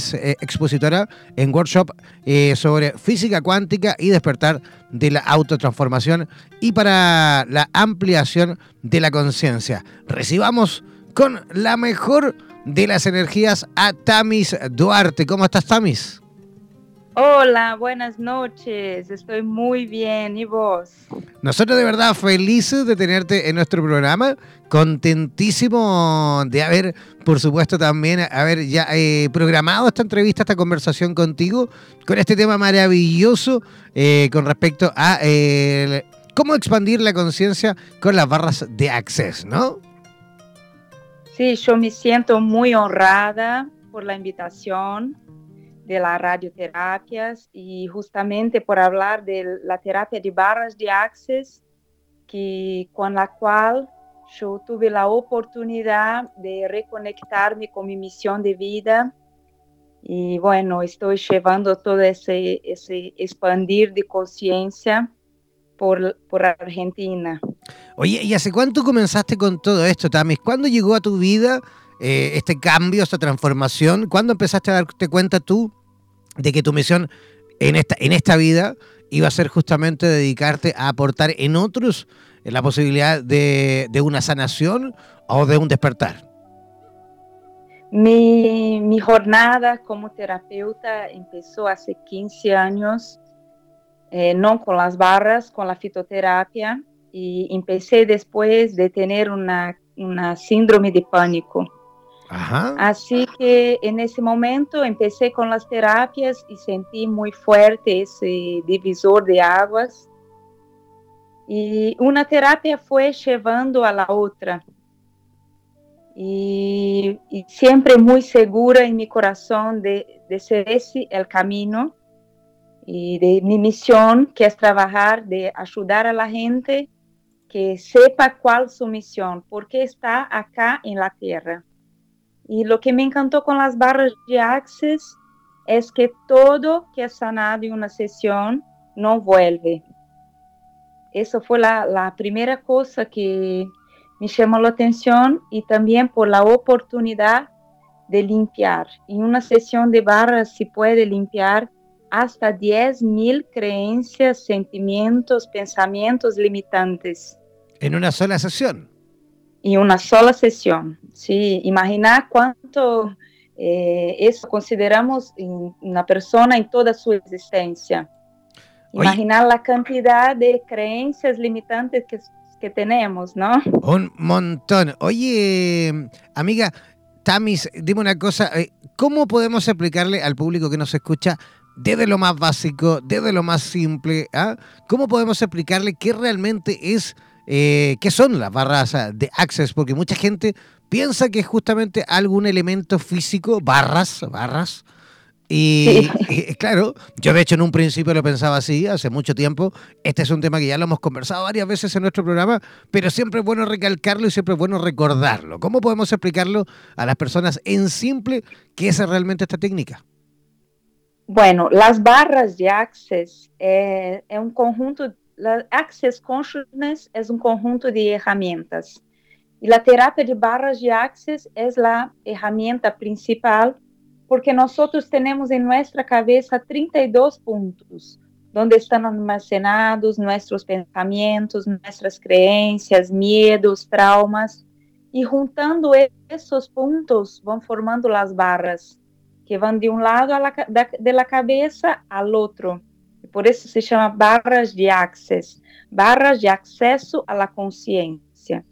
en workshop sobre física cuántica y despertar de la autotransformación y para la ampliación de la conciencia. Recibamos con la mejor de las energías a Tamis Duarte. ¿Cómo estás, Tamis? Hola, buenas noches. Estoy muy bien. ¿Y vos? Nosotros de verdad felices de tenerte en nuestro programa, contentísimo de haber, por supuesto, también haber ya programado esta entrevista, esta conversación contigo, con este tema maravilloso con respecto a cómo expandir la conciencia con las barras de Access, ¿no? Sí, yo me siento muy honrada por la invitación de las radioterapias y justamente por hablar de la terapia de barras de Access, con la cual yo tuve la oportunidad de reconectarme con mi misión de vida. Y bueno, estoy llevando todo ese expandir de conciencia por Argentina. Oye, ¿y hace cuánto comenzaste con todo esto, Tamis? ¿Cuándo llegó a tu vida este cambio, esta transformación? ¿Cuándo empezaste a darte cuenta tú de que tu misión en esta vida iba a ser justamente dedicarte a aportar en otros la posibilidad de una sanación o de un despertar? Mi jornada como terapeuta empezó hace 15 años, no con las barras, con la fitoterapia, y empecé después de tener una síndrome de pánico. Ajá. Así que en ese momento empecé con las terapias y sentí muy fuerte ese divisor de aguas. Y una terapia fue llevando a la otra. Y siempre muy segura en mi corazón de ser ese el camino y de mi misión, que es trabajar, de ayudar a la gente que sepa cuál es su misión, por qué está acá en la tierra. Y lo que me encantó con las barras de Access es que todo que es sanado en una sesión no vuelve. Eso fue la primera cosa que me llamó la atención, y también por la oportunidad de limpiar. En una sesión de barras se puede limpiar hasta 10.000 creencias, sentimientos, pensamientos limitantes. ¿En una sola sesión? En una sola sesión, sí. Imaginar cuánto eso consideramos en una persona en toda su existencia. Imaginar la cantidad de creencias limitantes que tenemos, ¿no? Un montón. Oye, amiga Tamis, dime una cosa, ¿cómo podemos explicarle al público que nos escucha desde lo más básico, desde lo más simple, cómo podemos explicarle qué realmente es, qué son las barras de Access? Porque mucha gente piensa que es justamente algún elemento físico, barras, y, Sí. y claro, yo de hecho en un principio lo pensaba así, hace mucho tiempo. Este es un tema que ya lo hemos conversado varias veces en nuestro programa, pero siempre es bueno recalcarlo y siempre es bueno recordarlo. ¿Cómo podemos explicarlo a las personas en simple qué es realmente esta técnica? Bueno, las barras de Access es un conjunto, la Access Consciousness es un conjunto de herramientas. Y la terapia de barras de Access es la herramienta principal, porque nosotros tenemos en nuestra cabeza 32 puntos, donde están almacenados nuestros pensamientos, nuestras creencias, miedos, traumas, y juntando esos puntos van formando las barras, que van de un lado de la cabeza al otro. Por eso se llama barras de Access, barras de acceso a la conciencia.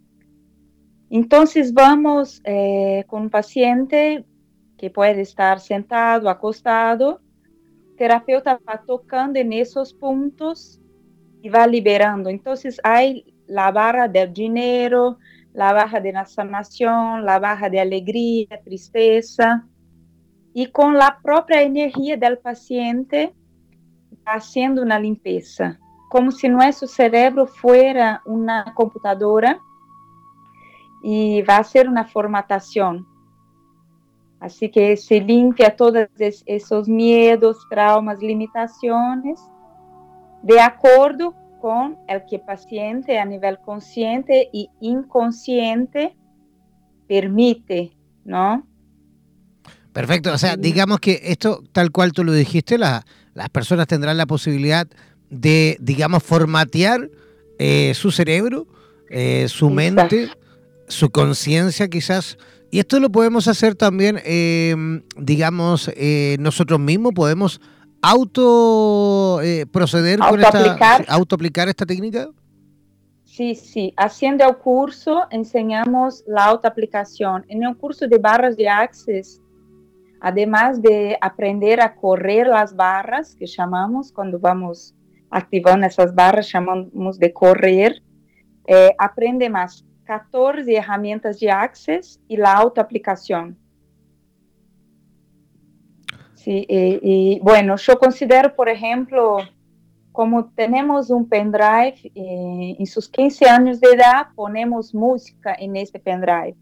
Entonces vamos con un paciente que puede estar sentado, acostado. El terapeuta va tocando en esos puntos y va liberando. Entonces hay la barra del dinero, la barra de la sanación, la barra de alegría, tristeza. Y con la propia energía del paciente haciendo una limpieza, como si nuestro cerebro fuera una computadora y va a hacer una formatación. Así que se limpia todos esos miedos, traumas, limitaciones, de acuerdo con el que el paciente a nivel consciente y inconsciente permite, ¿no? Perfecto, o sea, digamos que esto, tal cual tú lo dijiste, las personas tendrán la posibilidad de, digamos, formatear su cerebro, su mente, su conciencia quizás. Y esto lo podemos hacer también, digamos, nosotros mismos podemos proceder con autoaplicar esta técnica. Sí, haciendo el curso enseñamos la autoaplicación. En el curso de barras de Access, además de aprender a correr las barras, que llamamos, cuando vamos activando esas barras, llamamos de correr, aprende más 14 herramientas de Access y la autoaplicación. Sí, y bueno, yo considero, por ejemplo, como tenemos un pendrive, en sus 15 años de edad ponemos música en este pendrive.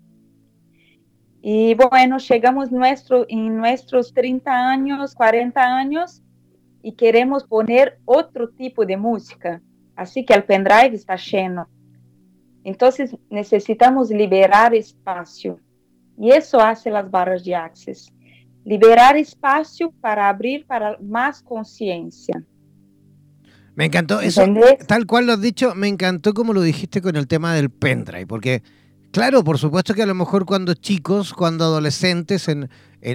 Y bueno, llegamos en nuestros 30 años, 40 años y queremos poner otro tipo de música. Así que el pendrive está lleno. Entonces necesitamos liberar espacio. Y eso hace las barras de Access. Liberar espacio para abrir para más conciencia. Me encantó eso, ¿entendés? Tal cual lo has dicho, me encantó como lo dijiste con el tema del pendrive, porque claro, por supuesto que a lo mejor cuando chicos, cuando adolescentes, en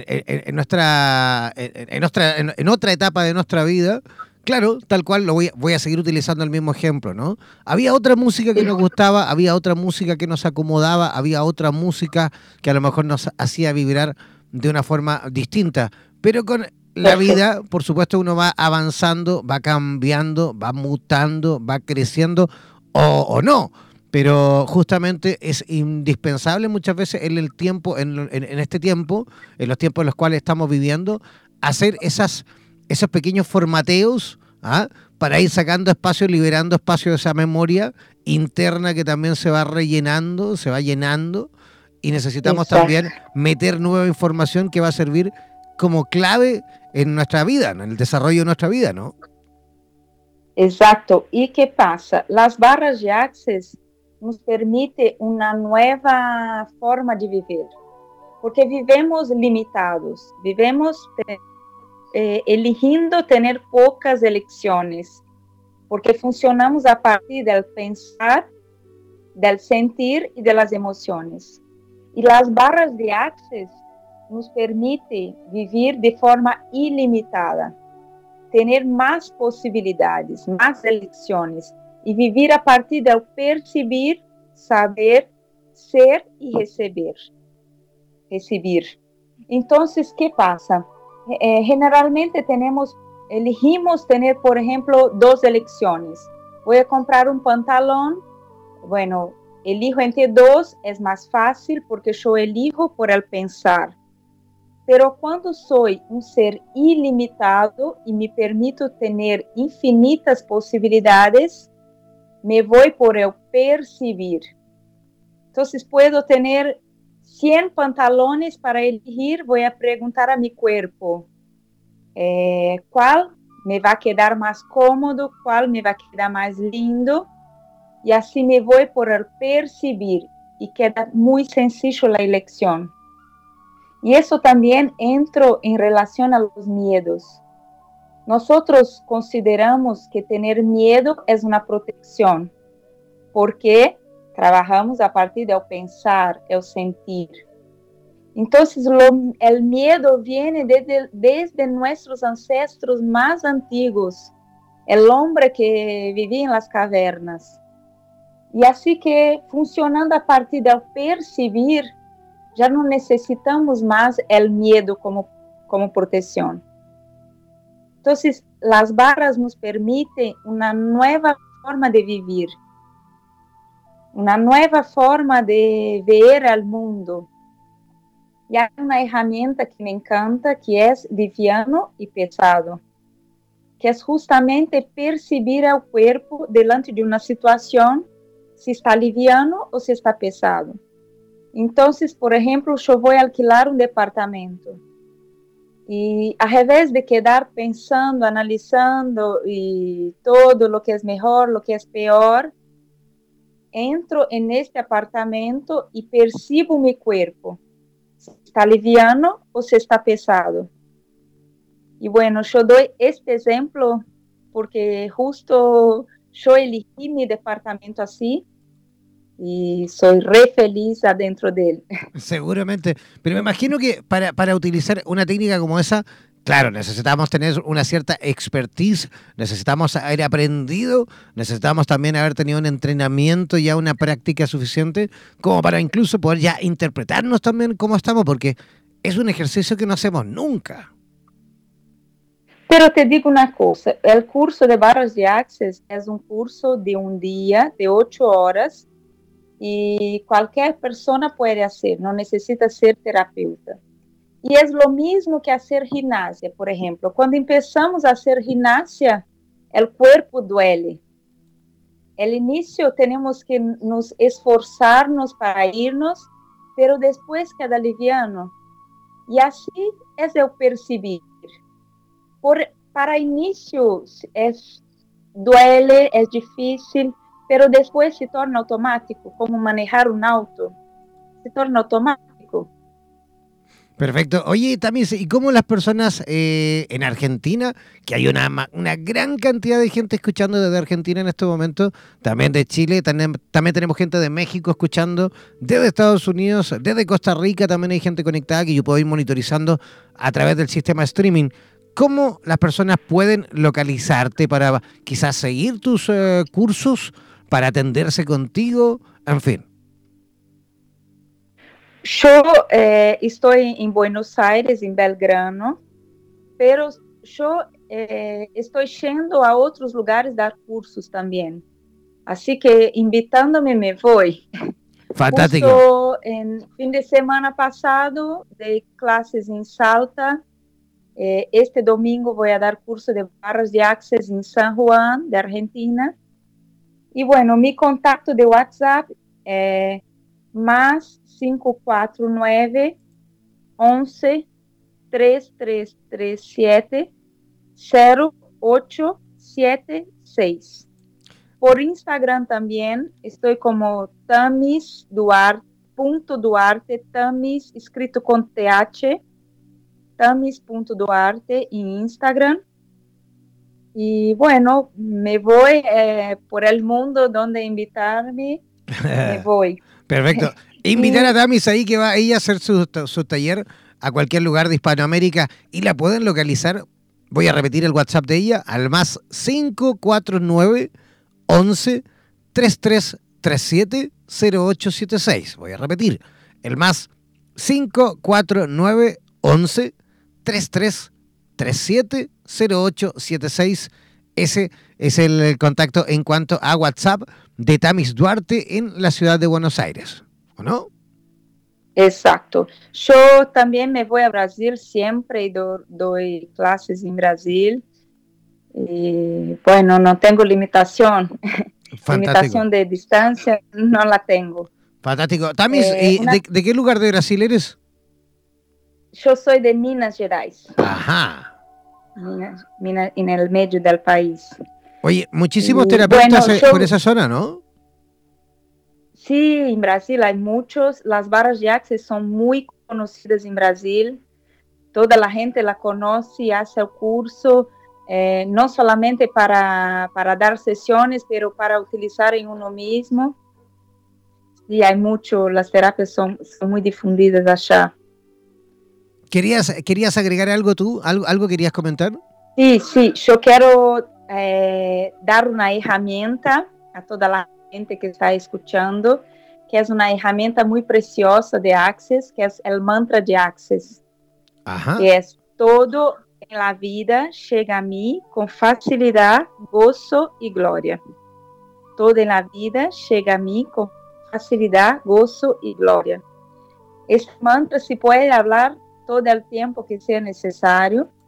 otra etapa de nuestra vida, claro, tal cual, voy a seguir utilizando el mismo ejemplo, ¿no? Había otra música que nos gustaba, había otra música que nos acomodaba, había otra música que a lo mejor nos hacía vibrar de una forma distinta, pero con la vida, por supuesto, uno va avanzando, va cambiando, va mutando, va creciendo o no. Pero justamente es indispensable muchas veces en el tiempo, en este tiempo, en los tiempos en los cuales estamos viviendo, hacer esos pequeños formateos, ¿ah?, para ir sacando espacio, liberando espacio de esa memoria interna que también se va rellenando, se va llenando, y necesitamos también meter nueva información que va a servir como clave en nuestra vida, en el desarrollo de nuestra vida, ¿no? Exacto. ¿Y qué pasa? Las barras de Access nos permite una nueva forma de vivir, porque vivemos limitados, vivemos eligiendo tener pocas elecciones, porque funcionamos a partir del pensar, del sentir y de las emociones. Y las barras de Access nos permite vivir de forma ilimitada, tener más posibilidades, más elecciones y vivir a partir del percibir, saber, ser y recibir. Entonces, ¿qué pasa? Generalmente elegimos tener, por ejemplo, 2 elecciones. Voy a comprar un pantalón, bueno, elijo entre 2, es más fácil porque yo elijo por el pensar. Pero cuando soy un ser ilimitado y me permito tener infinitas posibilidades, me voy por el percibir. Entonces puedo tener 100 pantalones para elegir, voy a preguntar a mi cuerpo, ¿cuál me va a quedar más cómodo? ¿Cuál me va a quedar más lindo? Y así me voy por el percibir y queda muy sencillo la elección. Y eso también entra en relación a los miedos. Nosotros consideramos que tener miedo es una protección, porque trabajamos a partir del pensar, el sentir. Entonces, el miedo viene desde nuestros ancestros más antiguos, el hombre que vivía en las cavernas. Y así que, funcionando a partir del percibir, ya no necesitamos más el miedo como protección. Entonces, las barras nos permiten una nueva forma de vivir, una nueva forma de ver al mundo. Y hay una herramienta que me encanta, que es liviano y pesado, que es justamente percibir al cuerpo delante de una situación, si está liviano o si está pesado. Entonces, por ejemplo, yo voy a alquilar un departamento y al revés de quedar pensando, analizando y todo lo que es mejor, lo que es peor, entro en este apartamento y percibo mi cuerpo, si está liviano o si está pesado. Y bueno, yo doy este ejemplo porque justo yo elegí mi departamento así y soy re feliz adentro de él. Seguramente, pero me imagino que para utilizar una técnica como esa, claro, necesitamos tener una cierta expertise, necesitamos haber aprendido, necesitamos también haber tenido un entrenamiento, ya una práctica suficiente, como para incluso poder ya interpretarnos también cómo estamos, porque es un ejercicio que no hacemos nunca. Pero te digo una cosa, el curso de barras de Access es un curso de un día, de 8 horas, y cualquier persona puede hacer, no necesita ser terapeuta. Y es lo mismo que hacer gimnasia, por ejemplo. Cuando empezamos a hacer gimnasia, el cuerpo duele. El inicio tenemos que nos esforzarnos para irnos, pero después queda liviano. Y así es el percibir. Para inicio duele, es difícil, pero después se torna automático, como manejar un auto, se torna automático. Perfecto. Oye, Tamis, ¿y cómo las personas en Argentina, que hay una gran cantidad de gente escuchando desde Argentina en este momento, también de Chile, también tenemos gente de México escuchando, desde Estados Unidos, desde Costa Rica también hay gente conectada que yo puedo ir monitorizando a través del sistema streaming? ¿Cómo las personas pueden localizarte para quizás seguir tus cursos, para atenderse contigo, en fin? Yo estoy en Buenos Aires, en Belgrano, pero yo estoy yendo a otros lugares a dar cursos también. Así que invitándome me voy. Fantástico. Justo en fin de semana pasado de clases en Salta. Este domingo voy a dar curso de barras de Access en San Juan, de Argentina. Y bueno, mi contacto de WhatsApp es más 549 11 3337 0876. Por Instagram también estoy como tamis.duarte, Tamis escrito con TH, tamis.duarte en Instagram. Y bueno, me voy por el mundo donde invitarme, me voy. Perfecto. Invitar a Tamis ahí que va a ella a hacer su taller a cualquier lugar de Hispanoamérica y la pueden localizar. Voy a repetir el WhatsApp de ella al más 549 11 3337 0876. Voy a repetir el más 549 11 3337 0876. Ese es el contacto en cuanto a WhatsApp de Tamis Duarte en la ciudad de Buenos Aires, ¿o no? Exacto. Yo también me voy a Brasil siempre y doy clases en Brasil. Y bueno, no tengo limitación. Fantástico. Limitación de distancia no la tengo. Fantástico. Tamis, ¿de qué lugar de Brasil eres? Yo soy de Minas Gerais. Ajá. Minas, en el medio del país. Oye, muchísimos terapeutas por esa zona, ¿no? Sí, en Brasil hay muchos. Las barras de Access son muy conocidas en Brasil. Toda la gente la conoce y hace el curso, no solamente para dar sesiones, pero para utilizar en uno mismo. Y hay mucho, las terapias son muy difundidas allá. ¿Querías agregar algo tú? ¿Algo querías comentar? Sí, yo quiero dar una herramienta a toda la gente que está escuchando, que es una herramienta muy preciosa de Access, que es el mantra de Access. Ajá. Que es: todo en la vida llega a mí con facilidad, gozo y gloria. Todo en la vida llega a mí con facilidad, gozo y gloria. Este mantra se puede hablar todo el tiempo que sea necesario.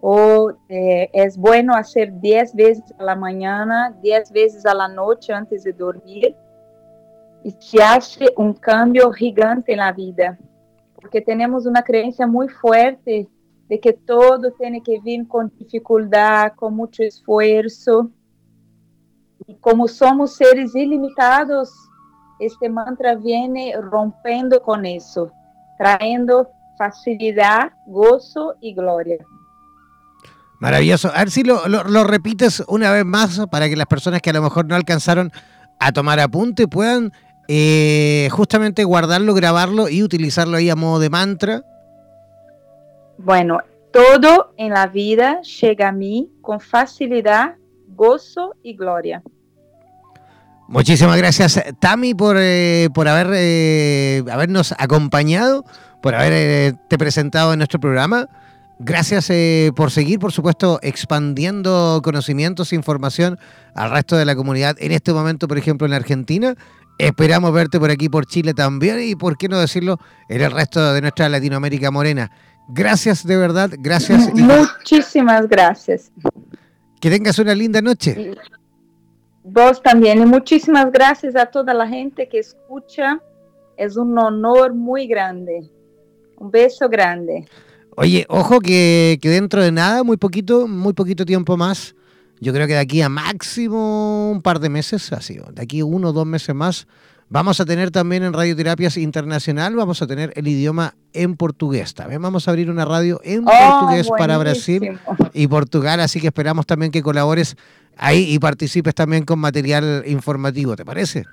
o es bueno hacer 10 veces a la mañana, 10 veces a la noche antes de dormir, y se hace un cambio gigante en la vida, porque tenemos una creencia muy fuerte de que todo tiene que vir con dificultad, con mucho esfuerzo, y como somos seres ilimitados, este mantra viene rompiendo con eso, trayendo facilidad, gozo y gloria. Maravilloso. A ver si lo repites una vez más para que las personas que a lo mejor no alcanzaron a tomar apunte puedan justamente guardarlo, grabarlo y utilizarlo ahí a modo de mantra. Bueno, todo en la vida llega a mí con facilidad, gozo y gloria. Muchísimas gracias, Tami, por habernos acompañado, por haberte presentado en nuestro programa. Gracias por seguir, por supuesto, expandiendo conocimientos e información al resto de la comunidad. En este momento, por ejemplo, en Argentina, esperamos verte por aquí, por Chile también, y por qué no decirlo, en el resto de nuestra Latinoamérica morena. Gracias, de verdad, gracias. Muchísimas gracias. Que tengas una linda noche. Vos también, y muchísimas gracias a toda la gente que escucha. Es un honor muy grande. Un beso grande. Oye, ojo que dentro de nada, muy poquito tiempo más, yo creo que de aquí a máximo un par de meses, así, de aquí 1 o 2 meses más, vamos a tener también en Radioterapias Internacional, vamos a tener el idioma en portugués. También vamos a abrir una radio en portugués para Brasil y Portugal, así que esperamos también que colabores ahí y participes también con material informativo, ¿te parece?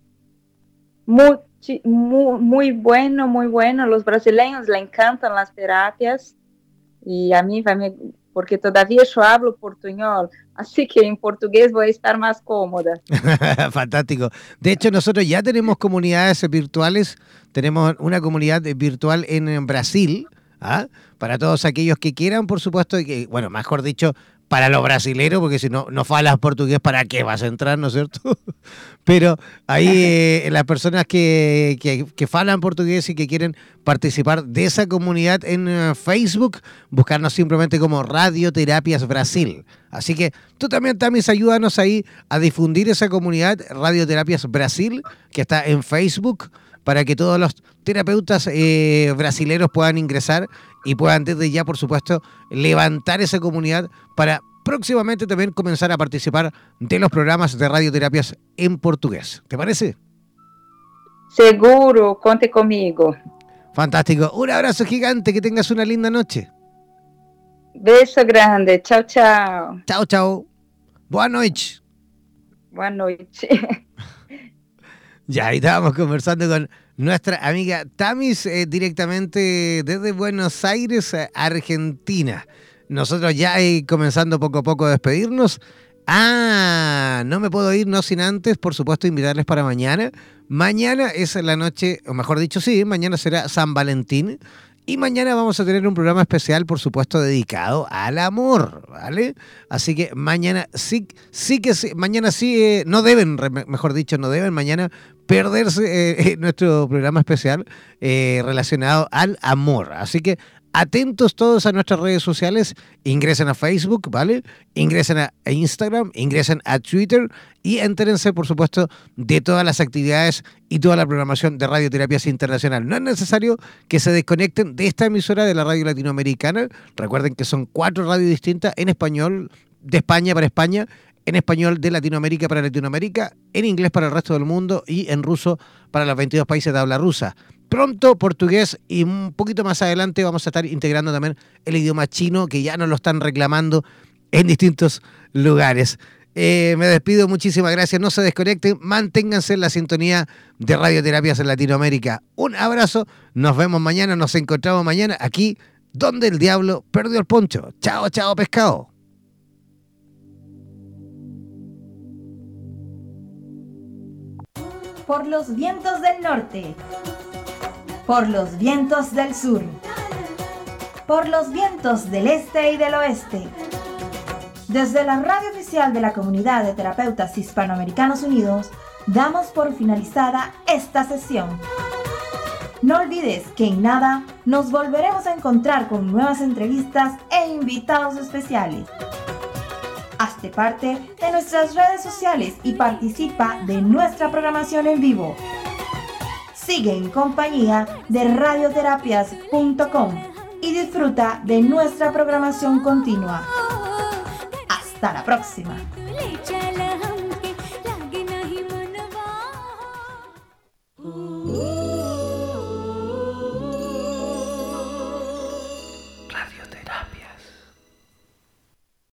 Muy bueno. Los brasileños le encantan las terapias y a mí, porque todavía yo hablo portuñol, así que en portugués voy a estar más cómoda. Fantástico. De hecho, nosotros ya tenemos comunidades virtuales, tenemos una comunidad virtual en Brasil, para todos aquellos que quieran, por supuesto, que, bueno, mejor dicho, para los brasileros, porque si no hablas portugués, ¿para qué vas a entrar, no es cierto? Pero ahí las personas que hablan portugués y que quieren participar de esa comunidad en Facebook, buscarnos simplemente como Radioterapias Brasil. Así que tú también, Tamis, ayúdanos ahí a difundir esa comunidad Radioterapias Brasil, que está en Facebook, para que todos los terapeutas brasileros puedan ingresar y puedan desde ya, por supuesto, levantar esa comunidad para próximamente también comenzar a participar de los programas de radioterapias en portugués. ¿Te parece? Seguro, conte conmigo. Fantástico. Un abrazo gigante, que tengas una linda noche. Beso grande. Chao, chao. Chao, chao. Boa noite. Boa noite. Ya, ahí estábamos conversando con nuestra amiga Tamis directamente desde Buenos Aires, Argentina. Nosotros ya comenzando poco a poco a despedirnos. No me puedo ir, no sin antes, por supuesto, invitarles para mañana. Mañana es la noche, o mejor dicho, sí, mañana será San Valentín. Y mañana vamos a tener un programa especial, por supuesto, dedicado al amor, ¿vale? Así que mañana mañana sí, no deben mañana perderse nuestro programa especial relacionado al amor. Así que atentos todos a nuestras redes sociales, ingresen a Facebook, ¿vale? Ingresen a Instagram, ingresen a Twitter y entérense, por supuesto, de todas las actividades y toda la programación de Radioterapias Internacional. No es necesario que se desconecten de esta emisora de la radio latinoamericana. Recuerden que son 4 radios distintas en español, de España para España, en español de Latinoamérica para Latinoamérica, en inglés para el resto del mundo y en ruso para los 22 países de habla rusa. Pronto portugués y un poquito más adelante vamos a estar integrando también el idioma chino, que ya nos lo están reclamando en distintos lugares. Me despido, muchísimas gracias, no se desconecten, manténganse en la sintonía de Radioterapias en Latinoamérica. Un abrazo, nos vemos mañana, nos encontramos mañana aquí donde el diablo perdió el poncho. Chao, chao, pescado. Por los vientos del norte, por los vientos del sur, por los vientos del este y del oeste. Desde la radio oficial de la Comunidad de Terapeutas Hispanoamericanos Unidos, damos por finalizada esta sesión. No olvides que en nada nos volveremos a encontrar con nuevas entrevistas e invitados especiales. Hazte parte de nuestras redes sociales y participa de nuestra programación en vivo. Sigue en compañía de radioterapias.com y disfruta de nuestra programación continua. Hasta la próxima.